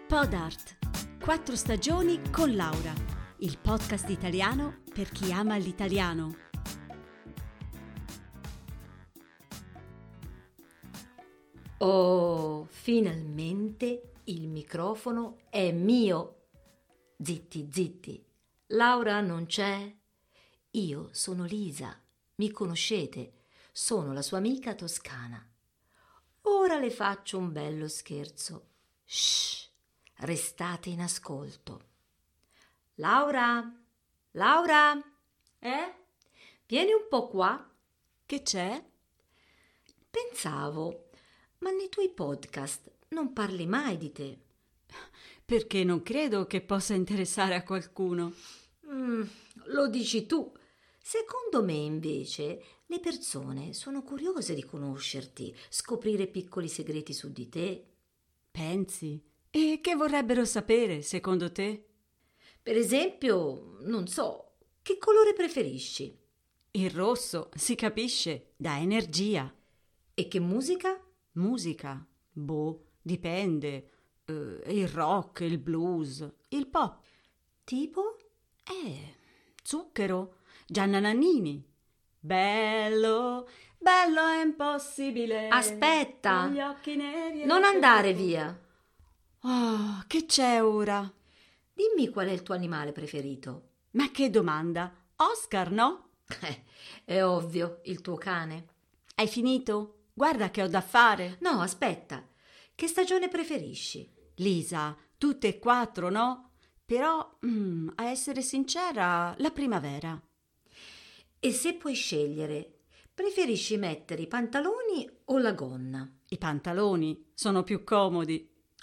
Podart, 4 stagioni con Laura, il podcast italiano per chi ama l'italiano. Oh, finalmente il microfono è mio. Zitti, zitti, Laura non c'è? Io sono Lisa, mi conoscete, sono la sua amica toscana. Ora le faccio un bello scherzo. Shh, restate in ascolto. Laura? Laura? Vieni un po' qua. Che c'è? Pensavo, ma nei tuoi podcast non parli mai di te. Perché non credo che possa interessare a qualcuno. Lo dici tu. Secondo me, invece, le persone sono curiose di conoscerti, scoprire piccoli segreti su di te. Pensi? E che vorrebbero sapere, secondo te? Per esempio, non so, che colore preferisci? Il rosso, si capisce, dà energia. E che musica? Musica? Boh, dipende. Il rock, il blues, il pop. Tipo? Zucchero, Gianna Nannini. Bello, bello è impossibile. Aspetta! Con gli occhi neri e Non le andare tue- via! Oh, che c'è ora? Dimmi qual è il tuo animale preferito. Ma che domanda? Oscar, no? È ovvio, il tuo cane. Hai finito? Guarda che ho da fare. No, aspetta. Che stagione preferisci? Lisa, tutte e 4, no? Però, a essere sincera, la primavera. E se puoi scegliere, preferisci mettere i pantaloni o la gonna? I pantaloni sono più comodi.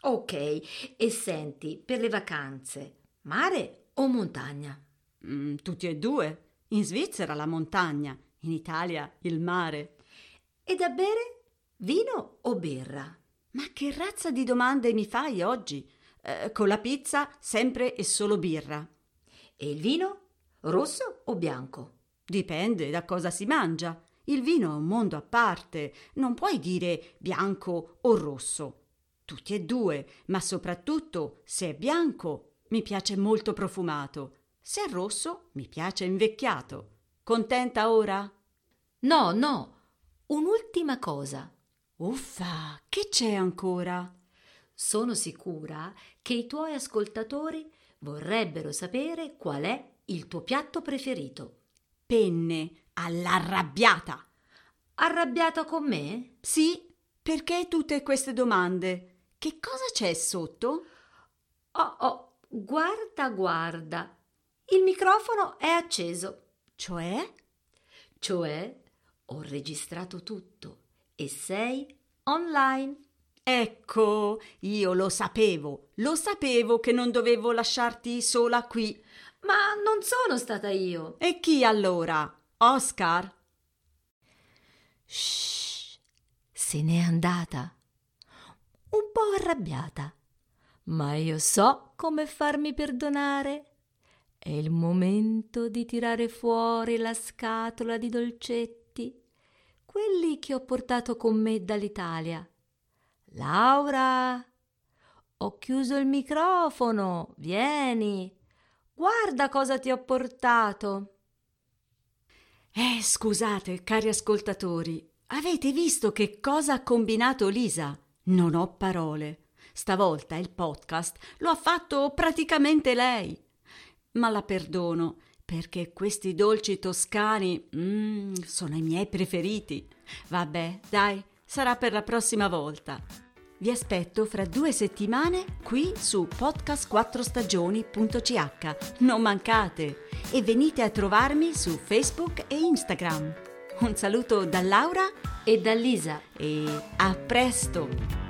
Ok, e senti, per le vacanze, mare o montagna? Tutti e due. In Svizzera la montagna, in Italia il mare. E da bere? Vino o birra? Ma che razza di domande mi fai oggi? Con la pizza sempre e solo birra. E il vino? Rosso o bianco? Dipende da cosa si mangia. Il vino è un mondo a parte. Non puoi dire bianco o rosso. Tutti e due, ma soprattutto se è bianco mi piace molto profumato. Se è rosso mi piace invecchiato. Contenta ora? No, un'ultima cosa. Uffa, che c'è ancora? Sono sicura che i tuoi ascoltatori vorrebbero sapere qual è il tuo piatto preferito. Penne all'arrabbiata. Arrabbiata con me? Sì, perché tutte queste domande? Che cosa c'è sotto? Oh, guarda. Il microfono è acceso. Cioè? Cioè, ho registrato tutto e sei online. Ecco, io lo sapevo che non dovevo lasciarti sola qui. Ma non sono stata io. E chi allora? Oscar? Shh, se n'è andata. Un po' arrabbiata, ma io so come farmi perdonare. È il momento di tirare fuori la scatola di dolcetti, quelli che ho portato con me dall'Italia. Laura, ho chiuso il microfono, vieni, guarda cosa ti ho portato. Scusate, cari ascoltatori, avete visto che cosa ha combinato Lisa? Non ho parole. Stavolta il podcast lo ha fatto praticamente lei. Ma la perdono, perché questi dolci toscani sono i miei preferiti. Vabbè, dai, sarà per la prossima volta. Vi aspetto fra 2 settimane qui su podcast4stagioni.ch. Non mancate e venite a trovarmi su Facebook e Instagram. Un saluto da Laura E da Lisa. e a presto!